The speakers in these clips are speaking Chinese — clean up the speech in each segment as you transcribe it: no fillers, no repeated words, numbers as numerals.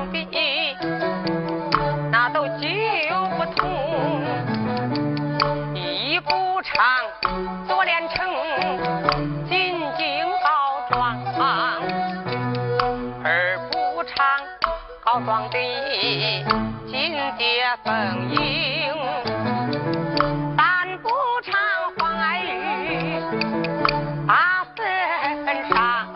皇帝那都酒不同，一不唱左连城进京告状，二不唱告状的进阶奉迎，三不唱黄爱玉打死上，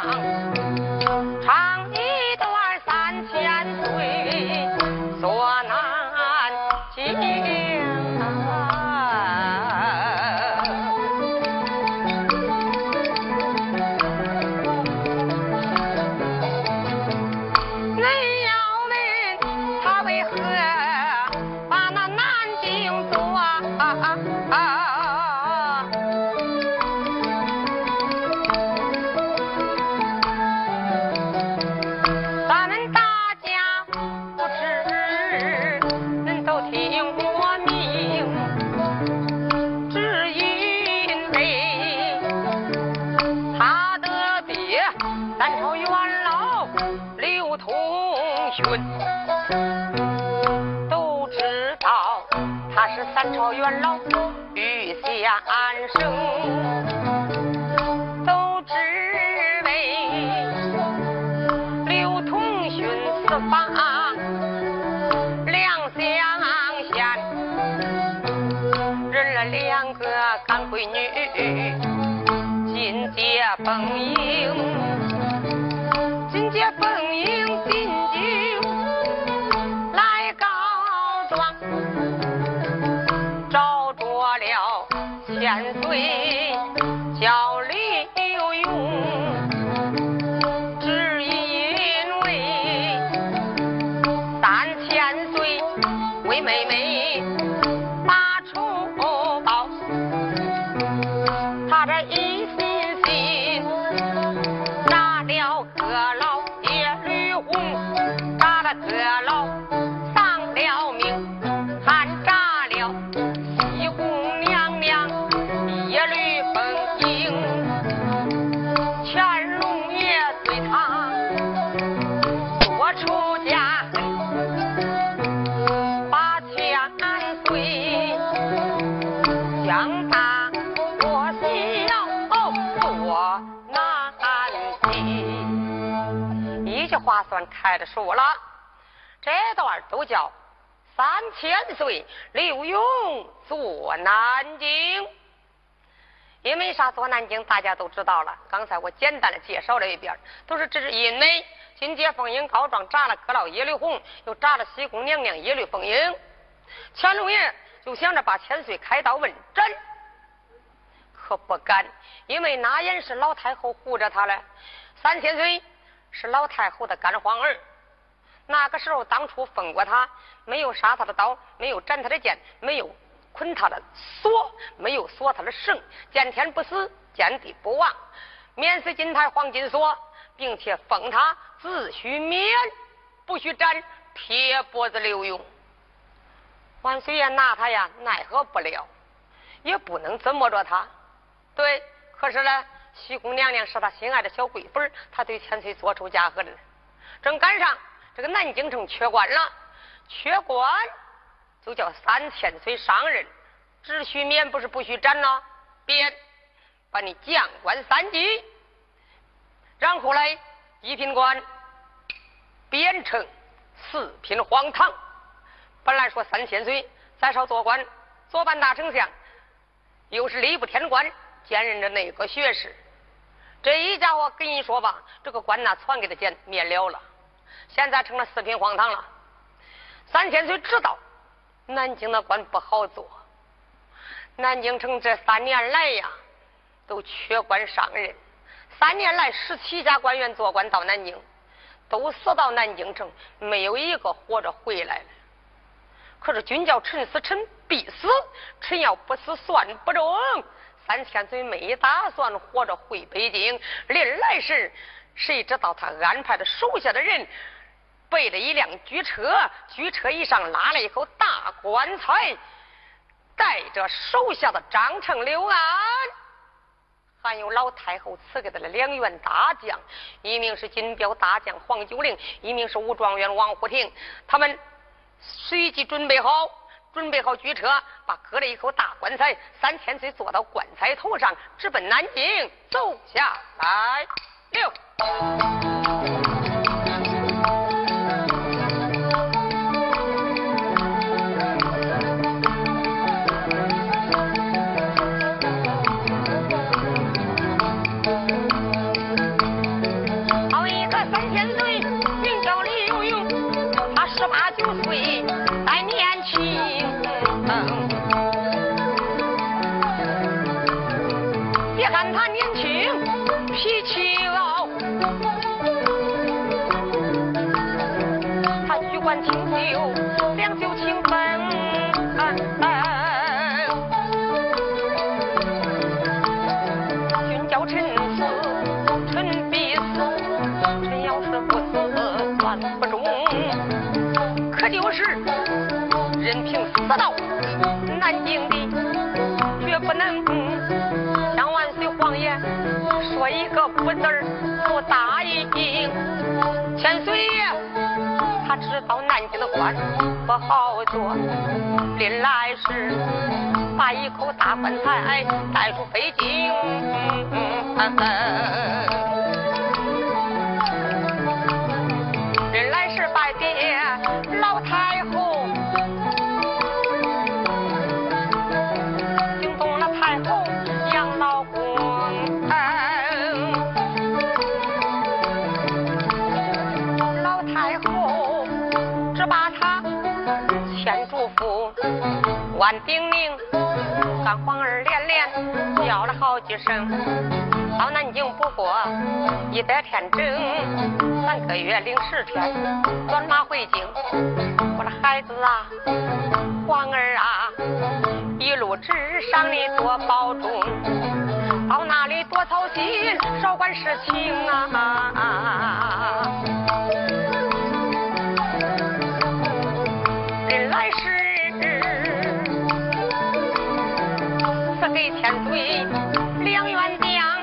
唱一段3000岁所难尽。都知道他是三朝元老御先生，都只为刘同勋此法两相嫌，认了2个干闺女进阶奉迎，进阶奉迎进京来告状，找着了千岁叫刘墉，只因为3000岁为妹妹把仇报，他这一心杀了个老爷吕红，杀了个老丧了命，还杀了西宫娘娘耶律凤英，乾隆爷对他做出家恨，把千岁将他我小做难尽。一句话算开了数了，这段都叫3000岁刘墉做南京。因为啥做南京大家都知道了，刚才我简单的介绍了一遍，都是这是因为进阶奉迎告状炸了阁老耶律洪，又炸了西宫娘娘耶律凤英，乾隆爷就想着把千岁开刀问斩，可不敢，因为那也是老太后护着他了，3000岁是老太后的干皇儿，那个时候当初封过他，没有杀他的刀，没有斩他的剑，没有捆他的锁，没有锁他的绳，见天不死，见地不亡，免死金牌黄金锁，并且封他自许免，不许斩，铁脖子刘墉。万岁爷拿他呀，奈何不了，也不能怎么着他。对，可是呢，西宫娘娘是他心爱的小贵妇，他对千岁做出家和了，正赶上这个南京城缺官了，缺官就叫3000岁上任，只许免，不是不许斩呢，便把你降官3级，然后来一品官贬成4品皇堂。本来说3000岁在朝做官，左班大丞相，又是礼部天官，兼任着内阁学士。这一家伙跟你说吧，这个官呐传给他减免了了，现在成了4品皇堂了。3000岁知道南京的官不好做，南京城这3年来呀都缺官上任，3年来17家官员做官到南京，都死到南京城，没有一个活着回来了。可是君叫臣死臣必死，臣要不死算不中。3000岁没打算活着回北京，临来时谁知道他安排的手下的人备了一辆军车，军车一上拉了一口大棺材，带着手下的张成、刘安， 还有老太后赐给他的2员大将，一名是金彪大将黄九龄，一名是武状元王虎亭。他们随即准备好举车，把割了一口大棺材，3千岁坐到棺材头上，直奔南京走下来了。 18、19岁还年轻，别看他年轻脾气傲，他举管清秀两袖清风，君叫臣死臣必死，臣要是不死算不忠，可就是任凭死道南京的，绝不能向万岁皇爷说一个不字儿不答应。千岁爷他知道南京的官不好做，临来时把一口大棺材带出北京，临来时拜别老太后，惊动了太后杨老公，老太后只把他千嘱咐万叮咛，干皇儿连连叫了好几声。到南京不过100天整，3个月零10天转马回京。我的孩子啊，皇儿啊，一路之上你多保重，到那里多操心，少管事情啊。临来时赐给千岁2员将，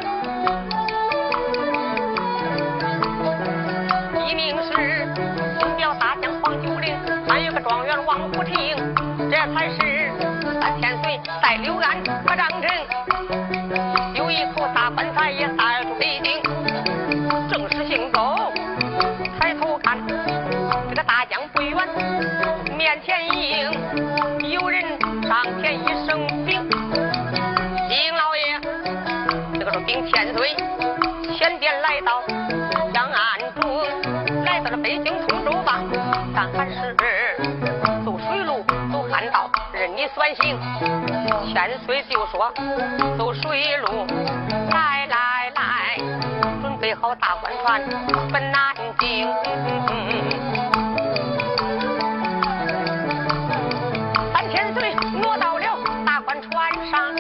一名是金彪大将黄九龄，还有个状元王虎亭，这才是3千岁带刘安可张成，有一口大棺材也带出北京，正式行走。抬头看这个大将不远，面前迎有人上前一声禀，邢老爷，这个是禀千岁，前边来到江安中，来到了北京通州吧，但还是走水路走旱道，任你选行。千岁就说走水路，来来来，准备好大官船奔南京。3千岁挪到了大官船上，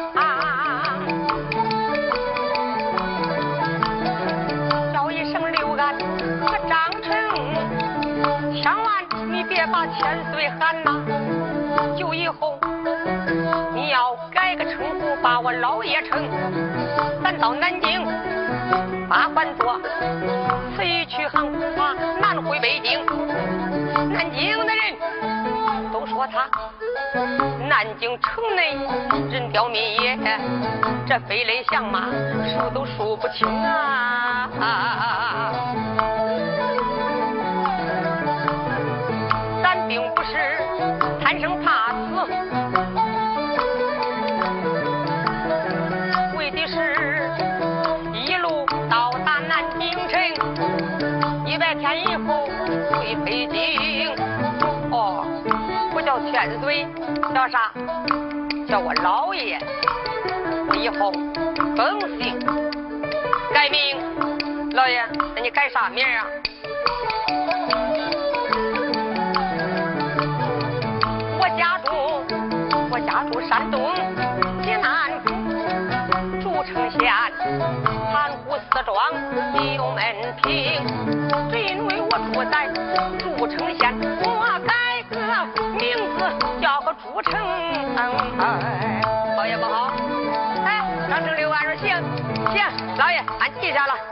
叫一声刘安和张成，千万你别把千岁喊呐，就以后你要改个称呼，把我老爷称。咱到南京把官做，此一去航华南回北京，南京的人都说他南京城内人刁民也，这飞雷响马数都数不清啊。咱并不是贪生怕死，为的是一路到达南京城，100天以后回北京。哦，不叫千岁，叫啥？叫我老爷。我以后更姓改名。老爷，那你改啥名啊？我家住山东济南府诸城县盘古寺庄右门庭，只因为我住在诸城县，我改个名字叫个诸城。好也不好？哎，张成刘安说行， 下了。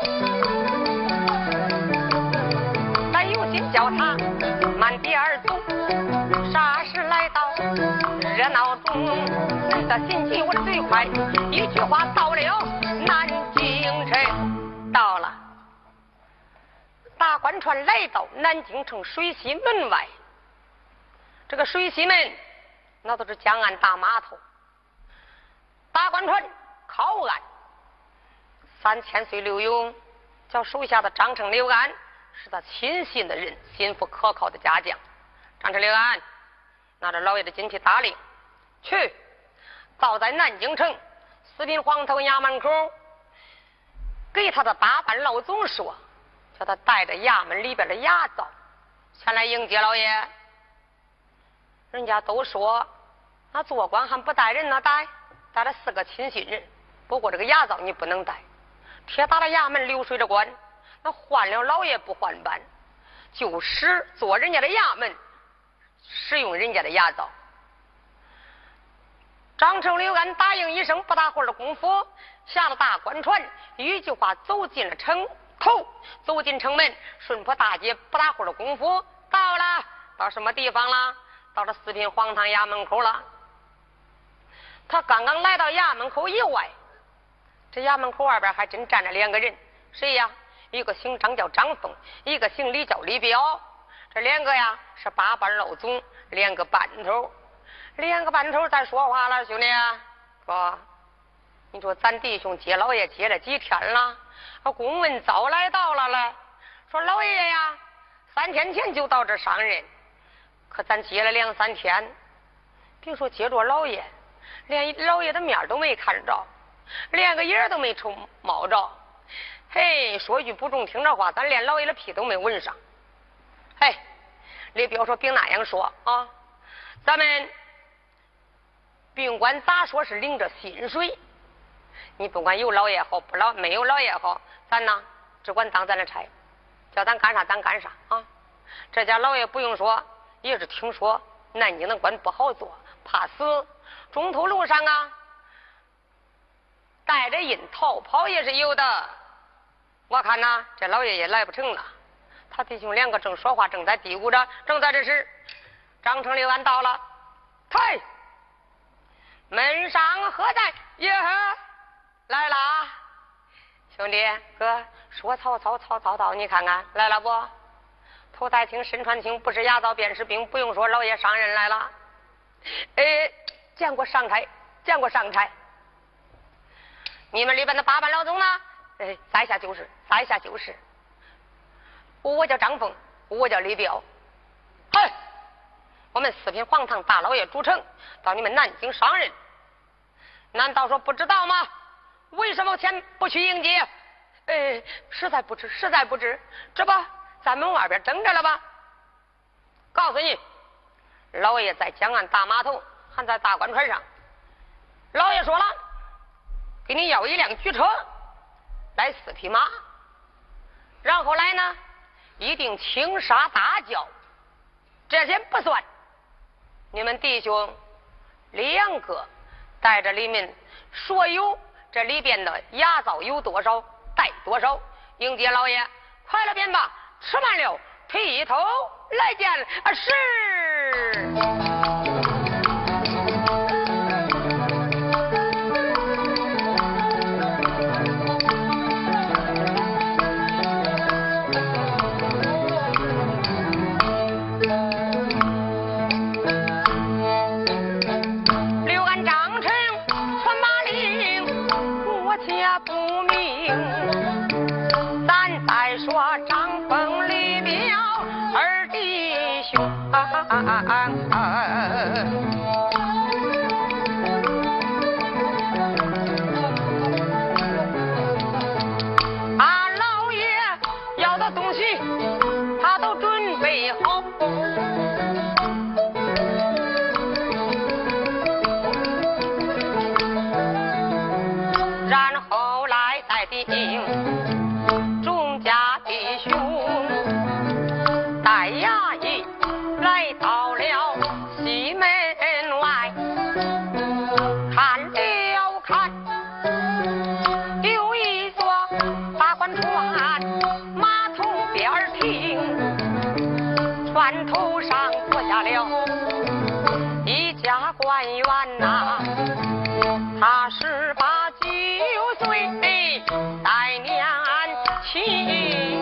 咱有心叫他慢地而走，霎时来到热闹中，人的心急我的最快，一句话到了南京城。到了大官船来到南京城水西门外，这个水西门那都是江岸大码头，大官船靠岸，3000岁刘墉叫手下的张成、刘安是他亲信的人，心腹可靠的家将。张成、刘安拿着老爷的金旗大令，去到在南京城四品黄头衙门口，给他的大班老总说，叫他带着衙门里边的衙造前来迎接老爷。人家都说那做官还不带人呢，带了4个亲信人，不过这个衙造你不能带，铁打的衙门流水的官，那换了老爷不换班，就是做人家的衙门，使用人家的衙造。张成、刘安答应一声，不大会儿的功夫，下了大官船，一句话走进了城头，走进城门，顺坡大街，不大会儿的功夫到了，到什么地方了？到了四品黄堂衙门口了。他刚刚来到衙门口以外，这衙门口外边还真站着2个人，谁呀？一个姓张叫张凤，一个姓李叫李彪。这2个呀是8班老总，2个班头，2个班头在说话了，兄弟说，你说咱弟兄接老爷接了几天了？公文早来到了嘞，说老爷呀3天前就到这上任，可咱接了2、3天，别说接着老爷，连老爷的面都没看着，连个影都没瞅冒着。嘿，说句不中听的话，咱连老爷的屁都没闻上。嘿，李彪说别那样说啊，咱们宾馆咋说是领着薪水，你不管有老爷好没有老爷好，咱呢只管当咱的差，叫咱干啥咱干啥啊。这家老爷不用说，也是听说南京的官不好做，怕死，中途路上啊带着人逃跑也是有的。我看呐，这老爷也来不成了。他弟兄2个正说话，正在嘀咕着，正在这时，张成、刘安到了，退，门上何在？耶呵，来啦！兄弟哥，说曹操，你看看来了不？头戴青，身穿青，不是牙皂便是兵，不用说，老爷上任来了。见过上差。你们里边的8班老总呢？在下就是。我叫张凤，我叫李彪。嘿，我们四品黄堂大老爷主城到你们南京上任，难道说不知道吗？为什么前不去迎接？实在不知，这不在门外边等着了吧？告诉你，老爷在江岸大码头，还在大官船上。老爷说了，给你要1辆举车，来4匹马，然后来呢一定轻杀大轿。这些不算，你们弟兄2个带着里面所有这里边的牙皂有多少带多少，迎接老爷。快了便吧，吃慢了剃头来见是。老爷要的东西他都准备好，然后来带领众家弟兄带衙役来到了西门外，看了看，有一座山头上坐下了一家官员呐，他18、19岁待年轻，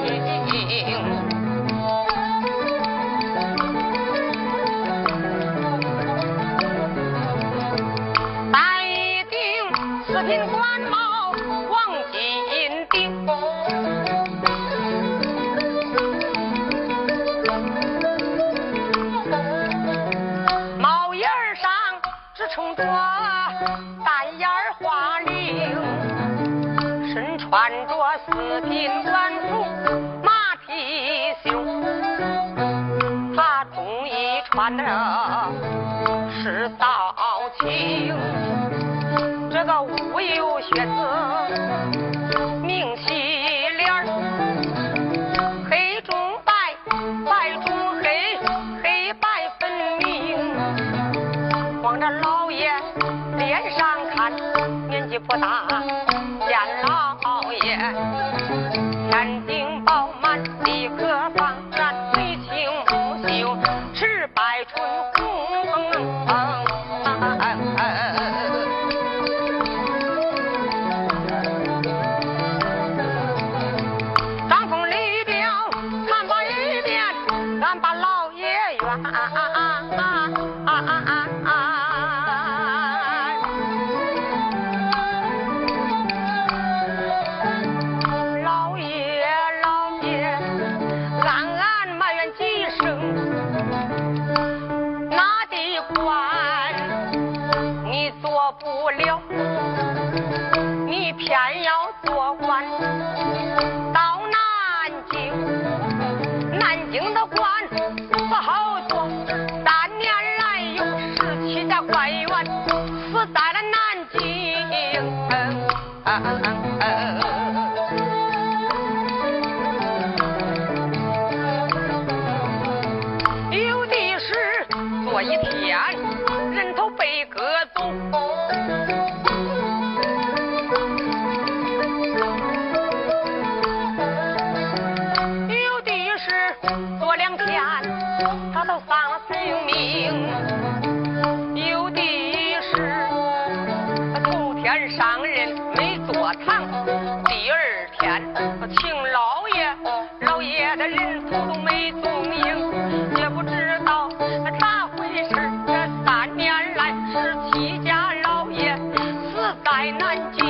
戴一顶四品官帽黄金顶，帽檐上只冲着单眼花翎，身穿着四品官服马蹄袖，他中衣穿的是道青，这个乌有靴子明细脸，黑中白，白中黑，黑白分明。往这老爷脸上看，年纪不大，见老爷天顶饱满，立刻放然，眉清目秀，齿白唇红。张凤李表看罢一遍，俺把老爷冤。老爷，暗埋怨几声，哪地官你做不了，你偏要做官到南京，南京的官不好做，3年来有17家官员死在了南京。有的是做一天人头被割走，有的是做2天他都丧了性命，有的是头天上任没坐堂，第2天请老爷的人头都没踪影，也不知道咋回事。这3年来17家老爷死在南京。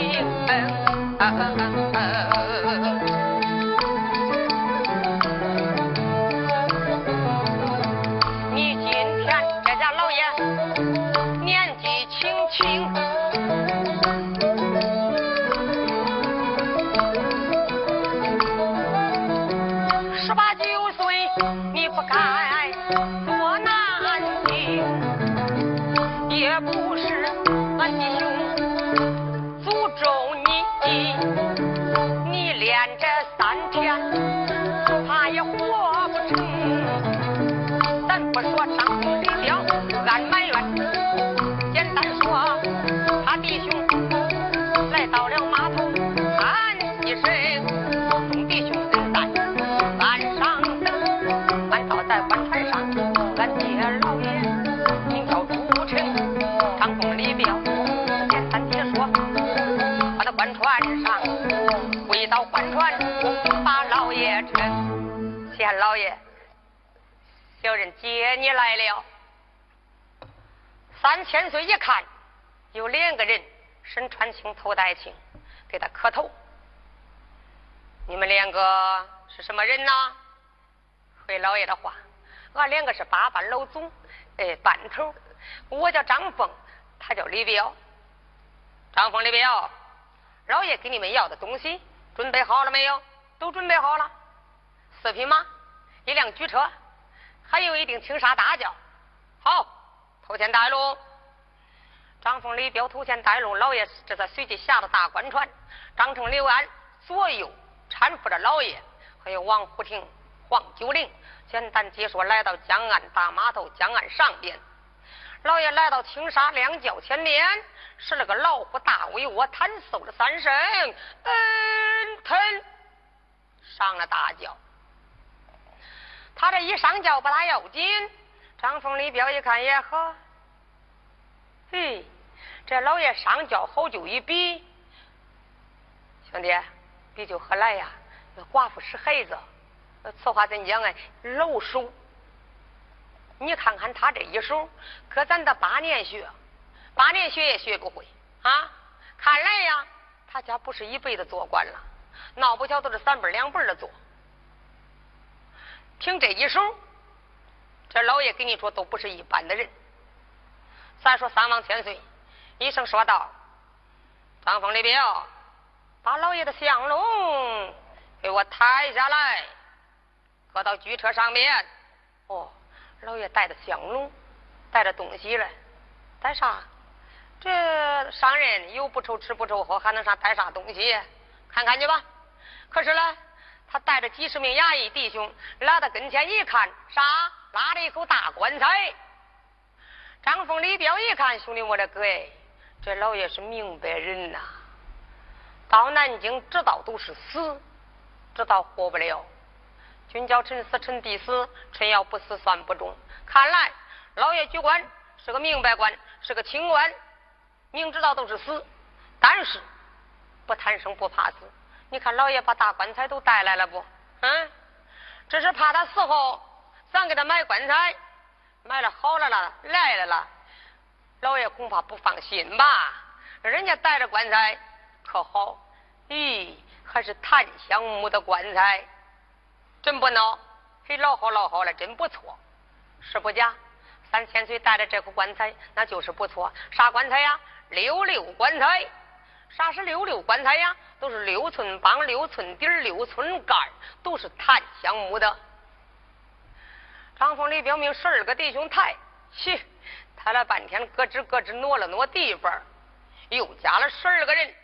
你今天这家老爷年纪轻，你不该做南京，也不是俺弟兄诅咒你连这3天怕也活不成。咱不说张凤李彪俺埋怨，简单说他弟兄来到了码头喊一声，众弟兄人在岸上等，俺倒在官船上，俺爹老爷名叫朱成，张凤李彪简单地说，他的官船上回到官船把老爷称，县老爷，小人接你来了。3000岁一看，有2个人身穿青头戴青，给他磕头。你们2个是什么人呢？回老爷的话，俺2个是8班老总，班头。我叫张凤，他叫李彪。张凤、李彪，老爷给你们要的东西准备好了没有？都准备好了。4匹马，1辆举车，还有一顶青纱大轿。好，头前带路。张凤、李彪头前带路，老爷这才随即下了大官船，张成、刘安左右搀扶着老爷，还有王虎亭、黄九龄，简单解说来到江岸大码头江岸上边。老爷来到青纱2轿前面，使了个老虎大威窝，弹奏了3声，腾上了大轿。 他这一上轿不大要紧，张凤李彪一看也好，嘿，这老爷上轿好就一比，兄弟，比就何来呀？寡妇使孩子，此话怎讲哎？老手，你看看他这一手，搁咱的8年学也学不会啊！看来呀，他家不是一辈子做官了，闹不巧都是3辈2辈的做。凭这一手，这老爷跟你说都不是一般的人。咱说3王千岁，一声说道：“张凤李彪，把老爷的香笼给我抬下来，搁到车上面。”哦，老爷带着香笼，带着东西来，带啥？这商人有不愁吃不愁喝，还能带啥东西？看看去吧。可是呢，他带着几10名衙役弟兄来到跟前一看，啥？拉了一口大棺材。张凤李彪一看，兄弟我的哥哎，这老爷是明白人呐，到南京知道都是死，知道活不了。君叫臣死，臣必死，臣要不死算不中。看来老爷举官是个明白官，是个清官，明知道都是死，但是不贪生不怕死。你看老爷把大棺材都带来了不？这是怕他死后咱给他买棺材，买了好了了，来了了，老爷恐怕不放心吧？人家带着棺材可好？咦，还是檀香木的棺材，真不孬，嘿，老好了，真不错，是不假？3000岁带着这口棺材，那就是不错。啥棺材呀？66棺材。啥是66棺材呀？都是6寸帮、6寸底、6寸盖，都是檀香木的。张凤李彪命12个弟兄抬，抬了半天，各自挪了挪地方，又加了12个人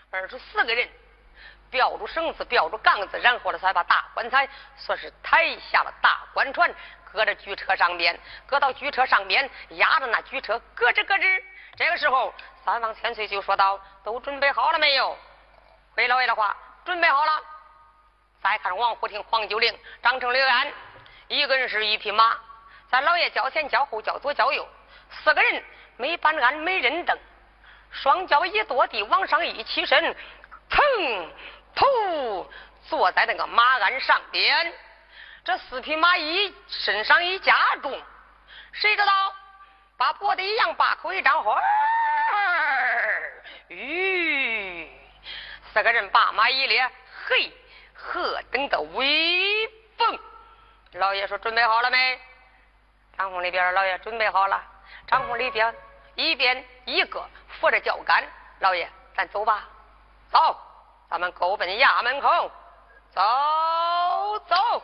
，24个人，吊住绳子，吊住杠子，然后呢才把大棺材说是抬下了大棺船，搁着车上边，搁到车上边，压着那车咯吱。这个时候3王千岁就说道：“都准备好了没有？”回老爷的话，准备好了。再看王虎亭、黄九龄、张成、刘安，一个人是一匹马，在老爷脚前脚后脚左脚右，4个人没搬鞍没人蹬，双脚一跺地，往上一起身，腾噗坐在那个马鞍上边。这4匹马身上一加重，谁知道把脖子一样，把口一张，4个人把马一咧，嘿，何等的威风！老爷说准备好了没？张凤李彪老爷准备好了。张凤李彪一边一个扶着轿杆，老爷咱走吧，走，咱们狗奔衙门口，走。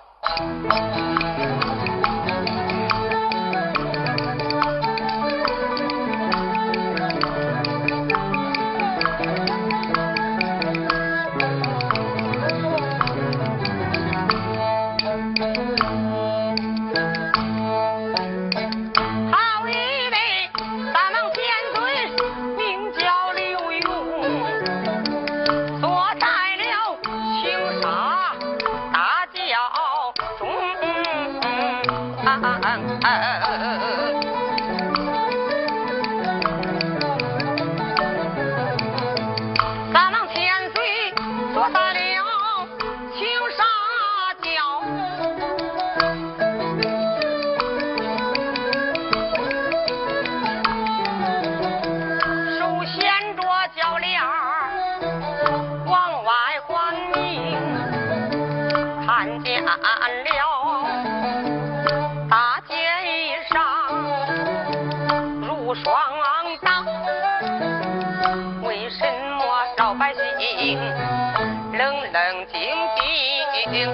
冷静静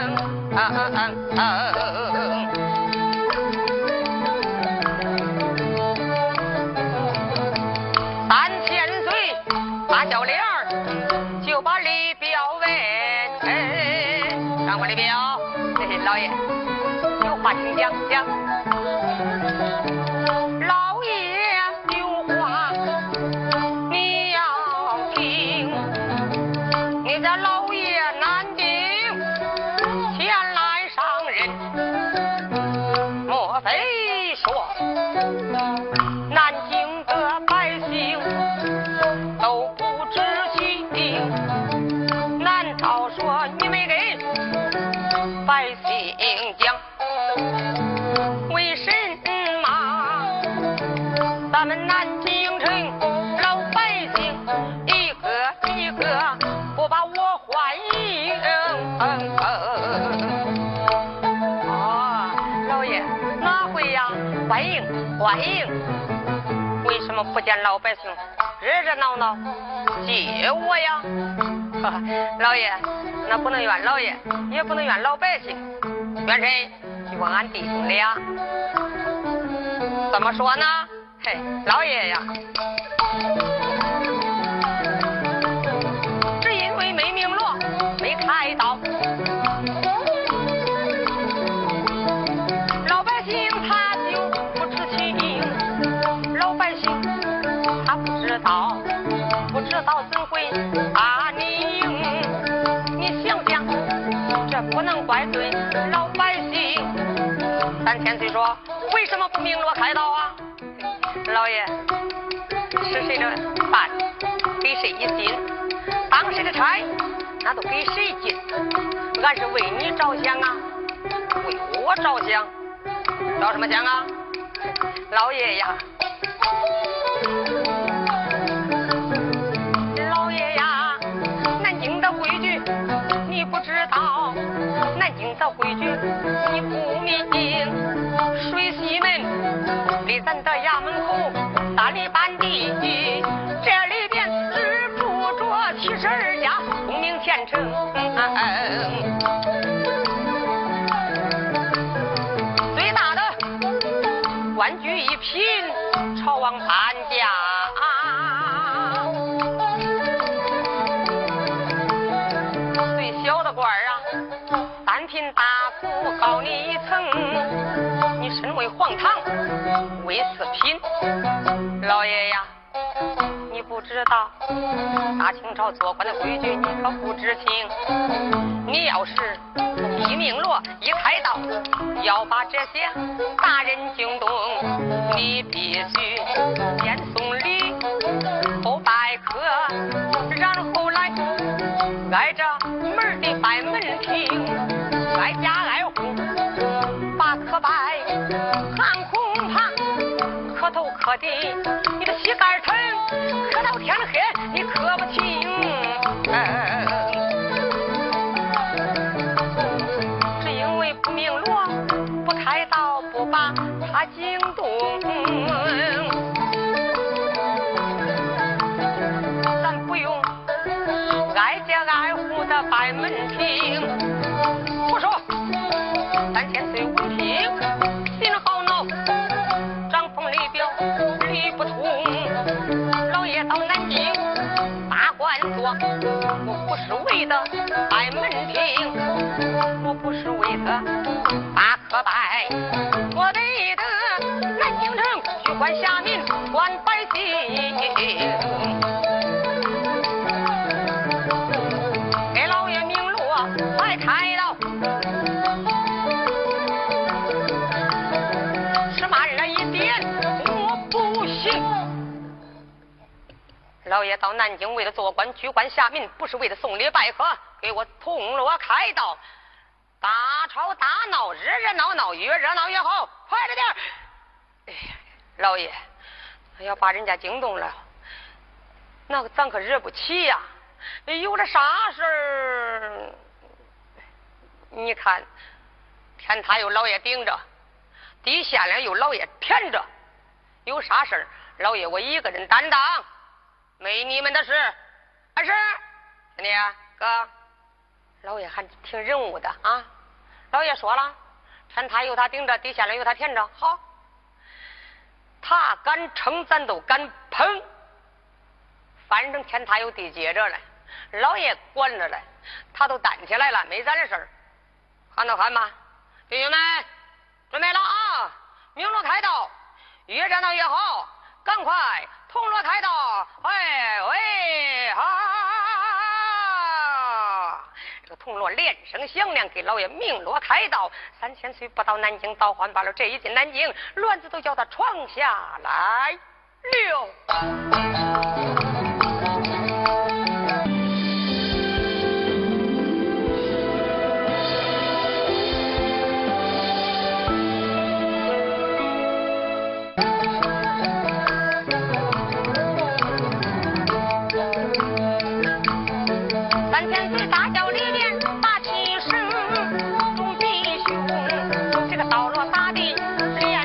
3000岁大小脸就把李彪问，让我李彪，老爷有话请讲。老爷有话你要听，你家老爷南京前来上任， 哪会呀？欢迎欢迎！为什么不见老百姓热热闹闹接我呀？老爷，那不能怨老爷，也不能怨老百姓，怨谁？怨俺弟兄俩。怎么说呢？嘿，老爷呀，只因为没明罗，没开刀。老百姓他就不知情，老百姓他不知道，不知道怎会把你赢？你想想，这不能怪罪老百姓。三千岁说，为什么不明罗开刀啊？老爷，是谁的办，给谁一斤，当谁的差，那都给谁尽。俺是为你着想啊，为我着想，着什么想啊？老爷呀，老爷呀，南京的规矩你不知道，南京的规矩你不明。水西门离咱的衙门口大里半地，这里边只住着72家功名前程。最大的官居一品，朝王潘家。最小的官啊，3品大夫高你一层，你身为皇堂为4品。老爷呀，你不知道大清朝做官的规矩，你可不知情。你要是一明罗一开刀，要把这些大人惊动，你必须先送礼后拜客，然后来挨着门的拜门庭，挨家挨户把磕拜，喊恐怕磕头磕地你的膝盖疼，磕到天黑你磕不清。只因为不明罗不开刀，不把他惊动。咱不用挨家挨户的拜门庭。不说3000岁闻听心好恼，张凤李表理不通。老爷到南京大官做，我不是为的拜门庭，我不是为的大磕拜，我得南京城居管下民管百姓，给老爷明罗来开刀。是慢了一点我不行。老爷到南京为了做官居管下民，不是为了送礼拜客，给我铜锣开道，大吵大闹，热热闹闹，越热闹越好，快着点。哎呀，老爷要把人家惊动了，那个咱可惹不起呀。有了啥事儿，你看天塌有老爷顶着，地下呢有老爷填着，有啥事儿老爷我一个人担当，没你们的事。还是兄弟哥，老爷还挺人物的啊。老爷说了，天塌有他顶着，地下呢有他填着，好，他敢称咱都敢捧，反正天塌有地接着来，老爷管着来，他都担起来了，没咱的事儿。看到看吧，弟兄们准备了啊，明罗开道，越热闹越好，赶快铜锣开道，哎喂哈！这个铜锣连声响亮，给老爷明罗开道。3000岁不到南京倒换罢了，这一进南京，乱子都叫他闯下来了。3000岁大轿里边打起声，众弟兄，这个刀落打的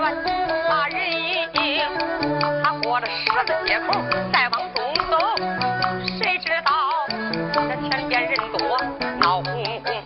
员把人迎，他过了十字街口再往东走，谁知道这前边人多闹哄哄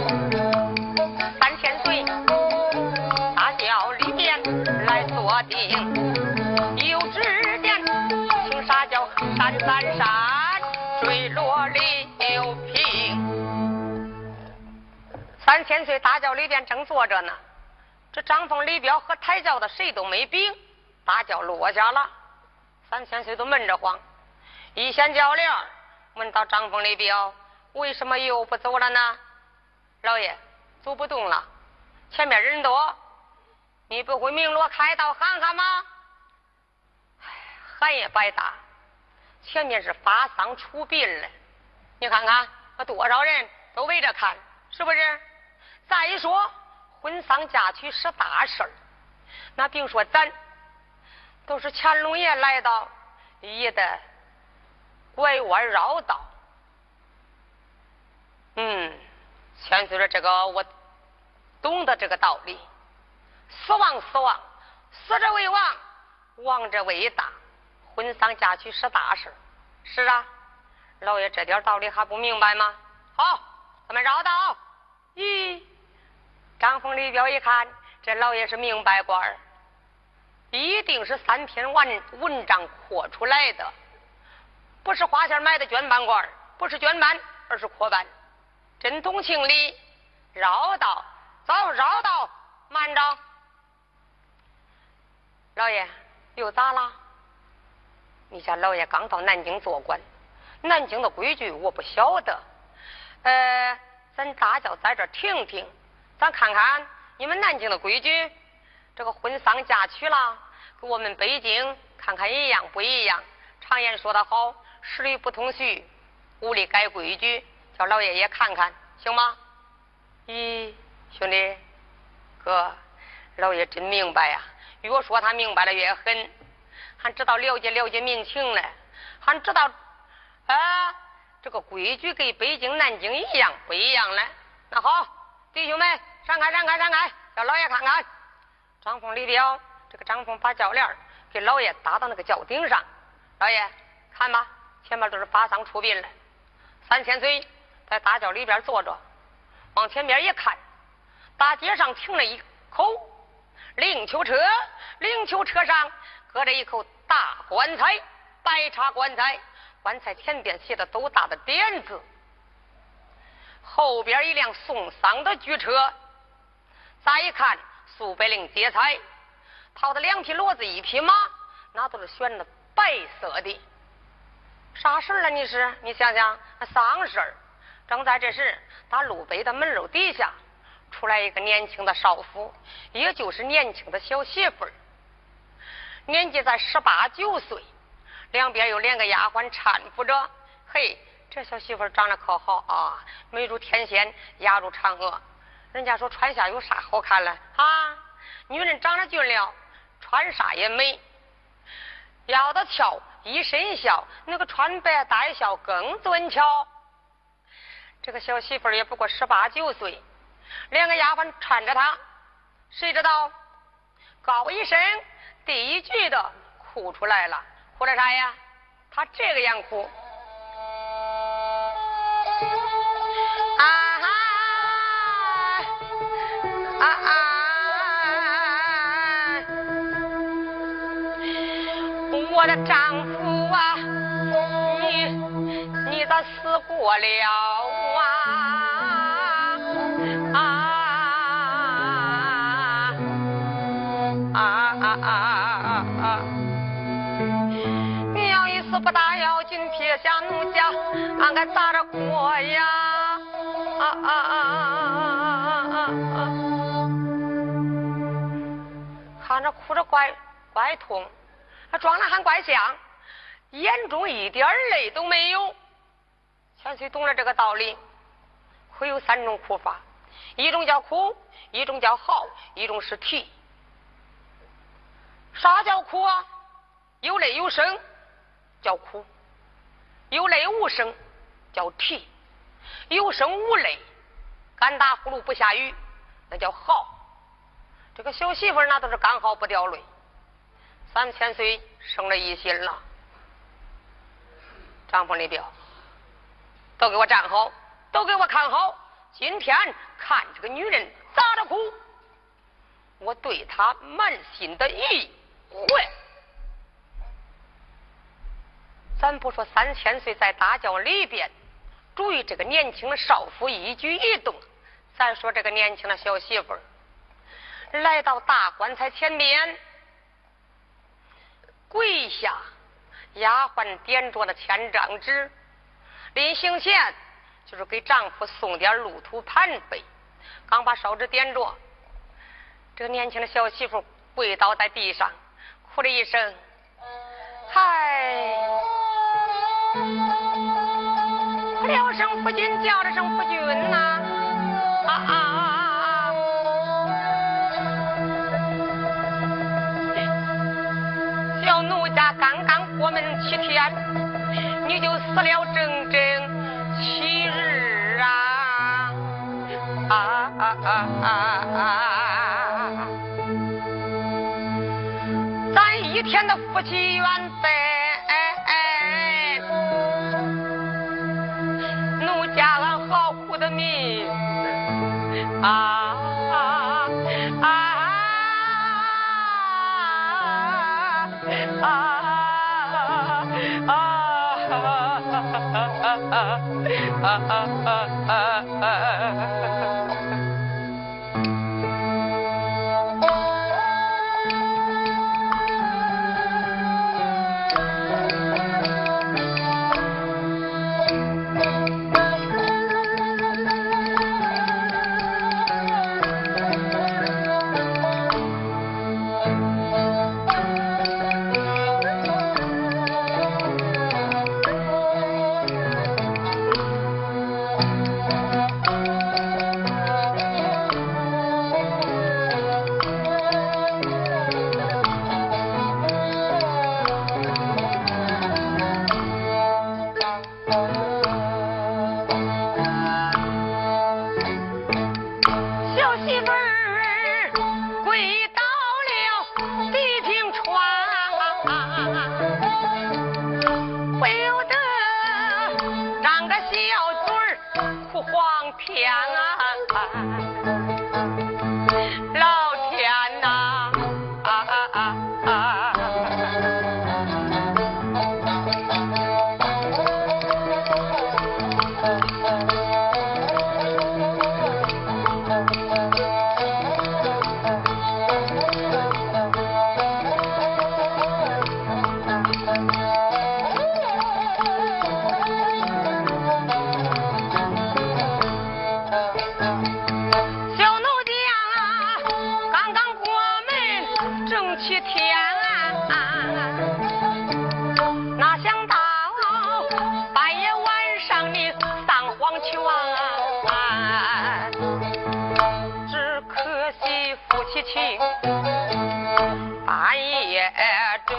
，3000岁大轿里边来坐定，有指点青纱轿闪闪闪坠落刘平。3000岁大轿里边正坐着呢，这张凤李彪和抬轿的谁都没禀，大轿落下了，3000岁都闷着慌。一掀轿帘问到张凤李彪，为什么又不走了呢？老爷走不动了，前面人多，你不会鸣锣开道喊喊吗？喊也白搭，前面是发丧出殡了，你看看多少人都围着看，是不是？再一说婚丧嫁娶是大事儿，那别说咱都是乾隆爷来到，也得拐弯绕道。千岁的这个我懂得这个道理，死亡死亡，死者为王，亡者为大，婚丧嫁娶是大事。是啊，老爷这点道理还不明白吗？好，咱们绕道。咦，张凤李彪一看，这老爷是明白官儿，一定是3篇文章扩出来的，不是花钱买的卷板官，不是卷板，而是扩板，真懂情理。绕道，走，绕道，慢着。老爷又咋了？你家老爷刚到南京做官，南京的规矩我不晓得，咱大轿在这停停，咱看看你们南京的规矩，这个婚丧嫁娶啦，跟我们北京看看一样不一样。常言说得好，十里不同须，无力改规矩，叫老爷爷看看行吗？咦，兄弟哥，老爷真明白呀，越说他明白了越狠，还知道了解民情了，还知道这个规矩跟北京南京一样不一样了。那好，弟兄们闪开，叫老爷看看。张凤李彪，这个张凤把轿帘给老爷搭到那个轿顶上，老爷看吧，前面都是发丧出殡了。3000岁在大轿里边坐着，往前边一看，大街上停了一口灵柩车，灵柩车上搁着一口大棺材，白茶棺材，棺材前边写的都大的匾字，后边一辆送丧的巨车，再一看苏北令接彩，套的2匹骡子1匹马，那都是选的白色的。啥事了？你想想，丧事儿。正在这时，打路北的门楼底下出来一个年轻的少妇，也就是年轻的小媳妇儿，年纪在18、19岁，两边有2个丫鬟搀扶着。嘿，这小媳妇儿长得可好啊，美如天仙，牙如嫦娥。人家说穿下有啥好看了啊？女人长得俊了，穿啥也美。要的俏，一身孝，那个穿白戴孝更俊俏。这个小媳妇儿也不过18、19岁，2个丫鬟搀着她，谁知道高一声第一句的哭出来了。哭了啥呀？她这个样哭我的丈夫啊，你咋死过了你要一死不大要紧，撇下奴家，俺该咋着过呀？看着哭着怪痛，装的还怪像，眼中一点泪都没有。千岁懂了这个道理，会有3种哭法，一种叫哭，一种叫嚎，一种是啼。啥叫哭啊？有泪有声叫哭，有泪无声叫啼，有声无泪干打呼噜不下雨那叫嚎。 这个小媳妇那都是刚好不掉泪，3000岁生了一心了。张凤李彪，都给我站好，都给我看好。今天看这个女人咋着哭，我对她满心的意会。咱不说3000岁在大轿里边注意这个年轻的少妇一举一动，咱说这个年轻的小媳妇来到大棺材前面跪下，丫鬟点着的千张纸，临行前就是给丈夫送点路途盘费。刚把烧纸点着，这个年轻的小媳妇跪倒在地上，哭了一声：“嗨！”哭了声夫君，叫了声夫君呐！小奴家刚刚过门7天，你就死了整整7日咱一天的夫妻缘分，奴家俺好苦的命半夜中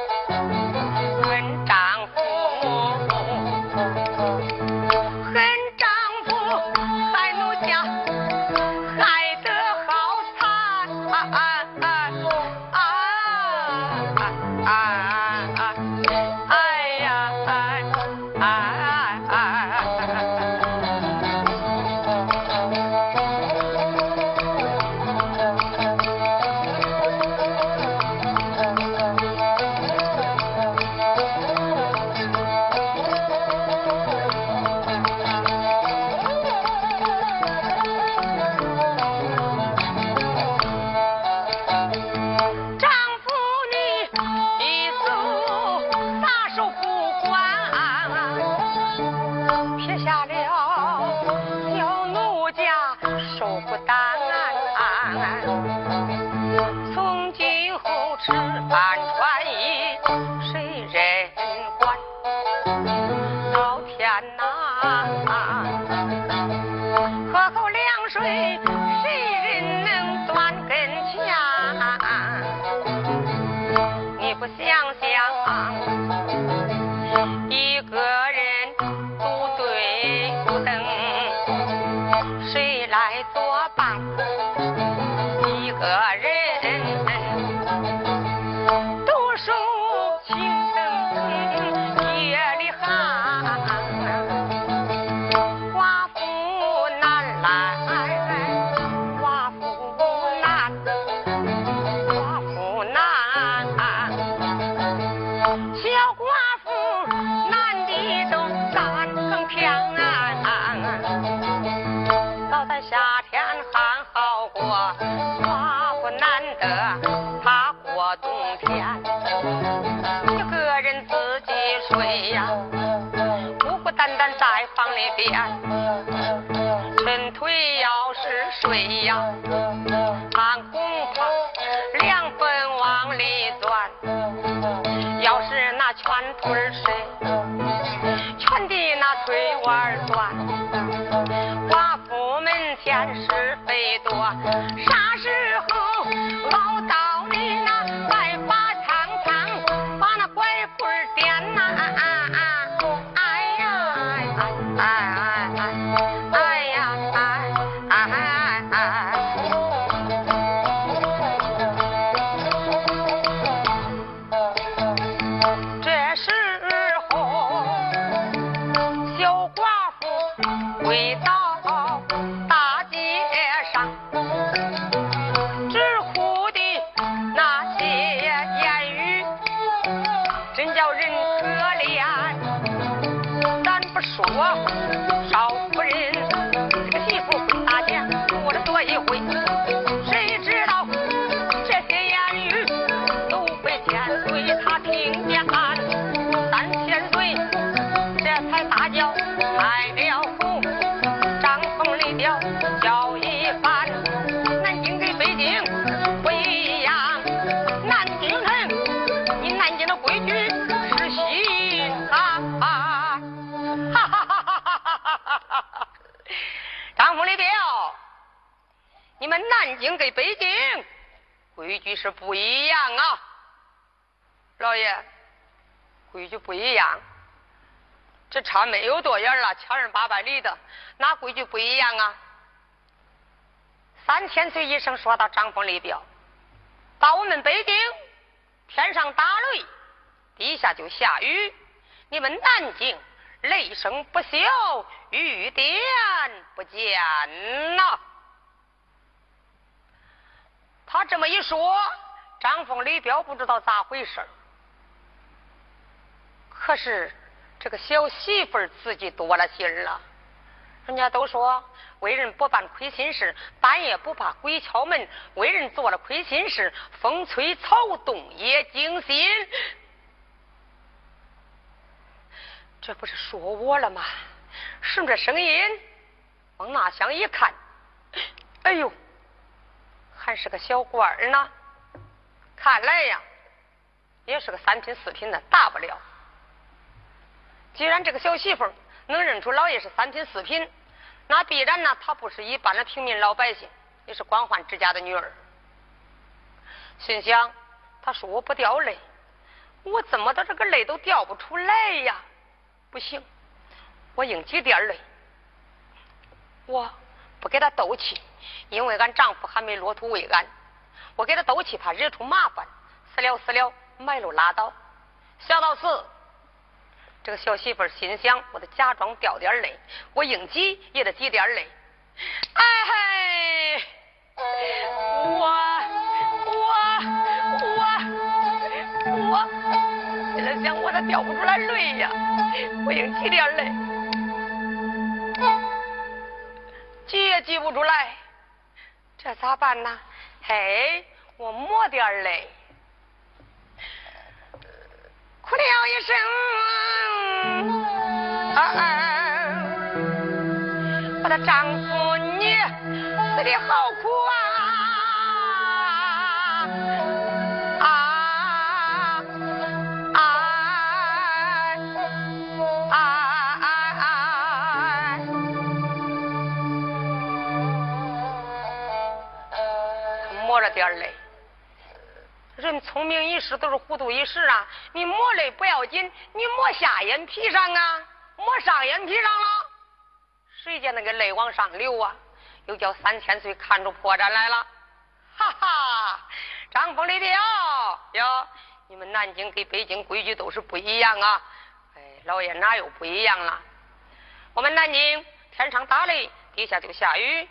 恨丈夫，恨丈夫在奴家害得好惨谁来作伴？一个人寡妇难得她过冬天，一个人自己睡呀，孤孤单单在房里边，伸腿要是睡呀，俺恐怕两分往里钻，要是那全腿睡，全的那腿弯钻，寡妇门前是非多，啥时候熬到你那白发苍苍，把那拐棍点呐、哎呀哎呀这时候小寡妇回到大街上，直呼的那些言语真叫人可怜。咱不说少夫人这个媳妇会打架，我这多一回，谁知道这些言语都被千岁他听见了。3千岁这才大叫开了口，张凤里表叫一番。南京跟北京不一样，南京城你南京的规矩是新啊！哈哈哈哈哈！张凤里表，你们南京跟北京规矩是不一样啊！老爷，规矩不一样，这差没有多远了，2800里的，哪规矩不一样啊？3千岁一声说到张凤里表，到我们北京，天上打雷，地下就下雨，你们南京雷声不休，雨点不见呐。他这么一说，张凤里表不知道咋回事，可是这个小媳妇儿自己多了心了。人家都说为人不办亏心事，半夜不怕鬼敲门，为人做了亏心事，风吹草动也惊心。这不是说我了吗？顺着声音往那厢一看，哎呦，还是个小官儿呢。看来呀也是个3品4品的，大不了。既然这个小媳妇能认出老爷是3品4品，那必然呢她不是一般的平民老百姓，也是官宦之家的女儿。心想她说我不掉泪，我怎么的这个泪都掉不出来呀？不行，我应几点泪，我不给她斗气，因为俺丈夫还没落土为安，我给她斗气怕惹出麻烦，死了埋了拉倒。想到此，这个小媳妇心想，我得假装掉点泪，我应急也得挤点泪。哎，我现在想我咋掉不出来泪呀？我应挤点泪，挤也挤不出来，这咋办呢？嘿，我抹点泪。哭了一声，我的丈夫你死的好苦抹了点泪。人聪明一时都是糊涂一时啊！你抹泪不要紧，你抹下眼皮上啊，抹上眼皮上了，谁见那个泪往上流啊？又叫3000岁看出破绽来了。哈哈，张凤里表哟，你们南京跟北京规矩都是不一样啊！哎，老爷哪有不一样了？我们南京天上打雷，地下就下雨，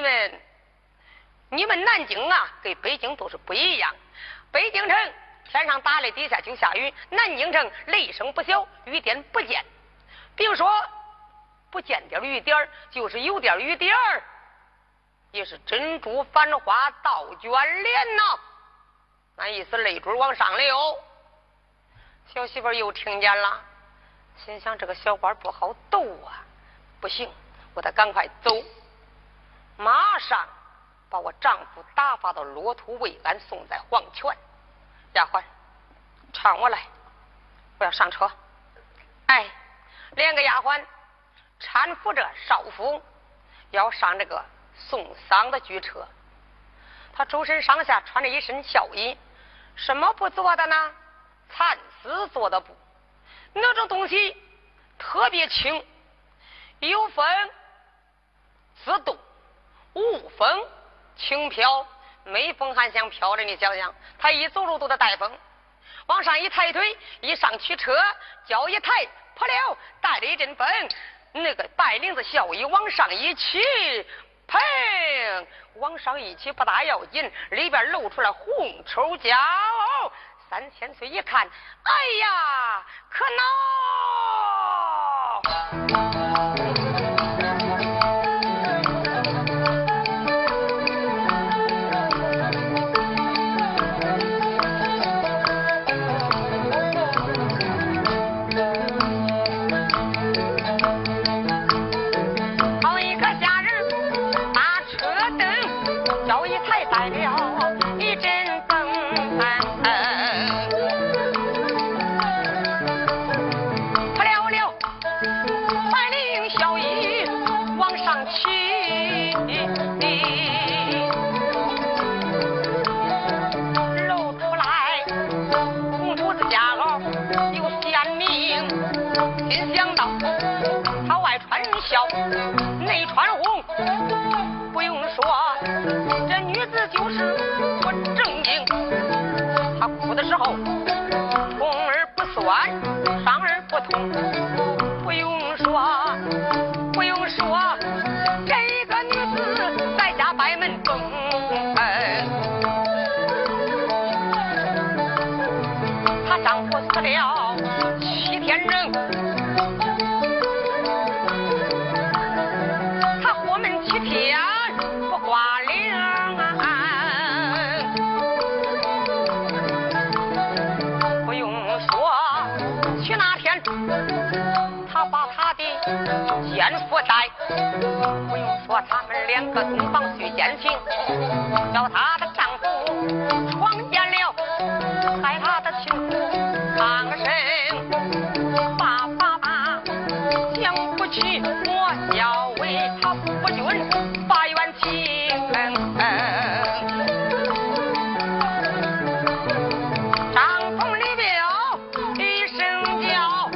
你们南京啊跟北京都是不一样。北京城天上打雷，地下就下雨；南京城雷声不小，雨点不见。别说不见点雨点，就是有点雨点， 也是珍珠繁花倒卷帘呐，那意思泪珠往上流。小媳妇又听见了，心想这个小官不好斗啊，不行，我得赶快走，马上把我丈夫打发到骆驼慰安，送在黄泉。丫鬟，搀我来，我要上车。哎，两个丫鬟搀扶着少妇要上这个送丧的居车。他周身上下穿着一身孝衣，什么布做的呢？蚕丝做的布，那种东西特别轻，有风自动，无风轻飘，没风还想飘着，你想想，他一走路都得带风。往上一抬腿，一上去车，脚一抬，扑溜，带着一阵风，那个白领子孝衣往上一起，砰，往上一起不大要紧，里边露出来红绸胶。3000岁一看，哎呀，可恼！好一个家人把车灯脚一抬，带了一阵风。露出来红绸子夹袄有鲜明，心想到他外穿孝内穿红，不用说这女子就是不正经。她哭的时候痛而不酸，伤而不痛，不用说这个女子在家摆门风。她丈夫死了7天整，她活门7天不挂铃不用说去那天她把她的奸夫带，不用说他们2个东房续奸情，叫她的丈夫闯见了，害她的亲夫丧生，爸想不起我要为他夫君把冤情。帐篷里表一声叫，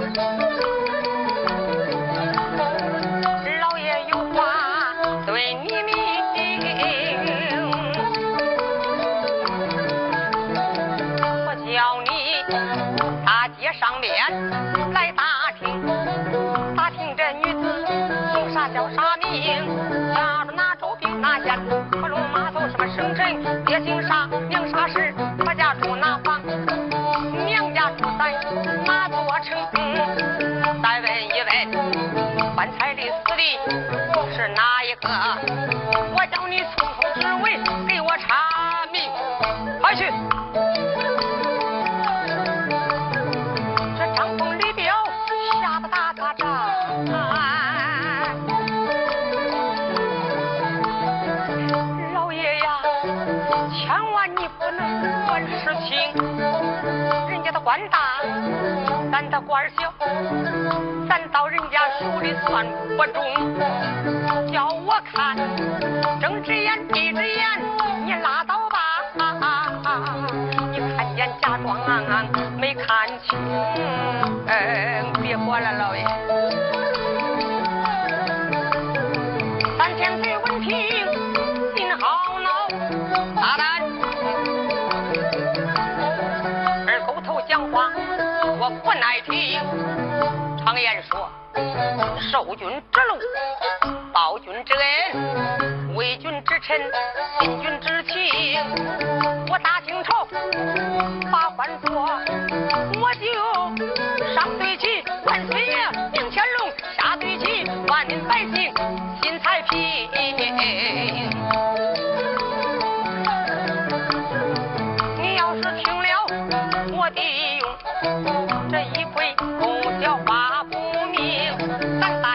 老爷有话对你明，我叫你大街上面来打听这女子姓啥叫啥名，家住哪州并哪县，河龙码头什么省城，爹姓啥娘啥氏，他家住哪房，娘家住在哪座城，再问一问棺材里死的是哪一个，我叫你从头至尾给我查明。快去！这帐篷里表吓得打打仗，老爷呀，千万你不能管事情，人家的官大，咱的官小，咱到人家手里算不中。叫我看睁只眼闭只眼，你拉倒吧！你看见假装没看清，别管了，老爷。3000岁闻听心好恼，大胆二狗头讲话我不耐听。常言说，受君之禄，报君之恩，为君之臣，信君之情。我大清朝把官做，我就上对齐万岁爷定乾隆，下对齐万民百姓心才平。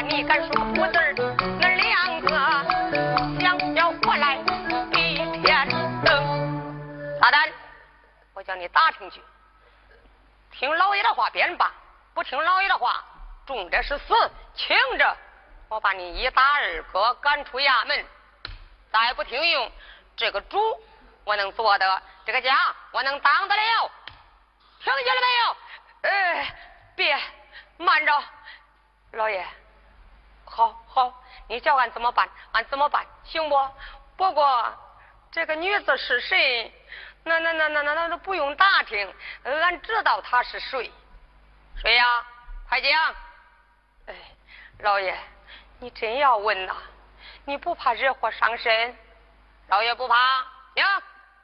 你敢说不字，那两个想要活来比天灯。大胆，我叫你打听去，听老爷的话便罢，不听老爷的话，重者是死，轻者我把你一打二个赶出衙门。再不听用，这个主我能做的，这个家我能当得了。听见了没有？别慢着，老爷。好，你叫俺怎么办？俺怎么办？行不？不过这个女子是谁？那都不用打听，俺知道她是谁。谁呀？快讲！老爷，你真要问呐？你不怕惹祸伤身？老爷不怕呀。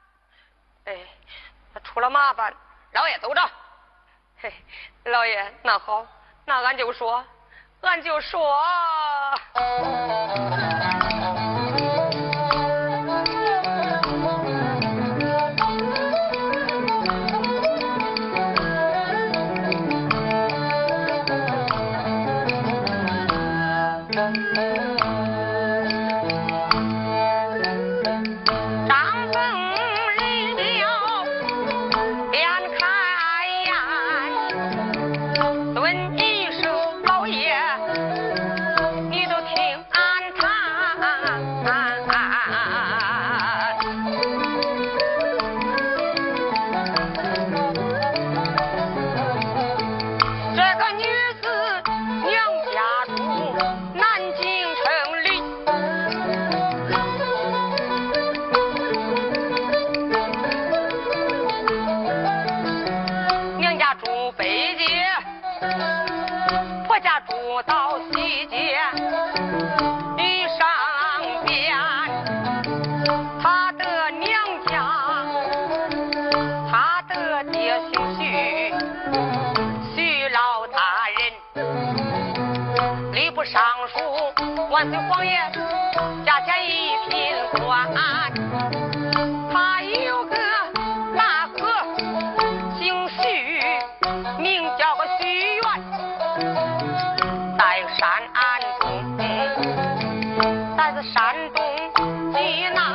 那出了麻烦，老爷走着。老爷，那好，那俺就说。万岁皇爷驾前一品官，他有个大哥姓许，名叫个许愿，在山东，在这山东济南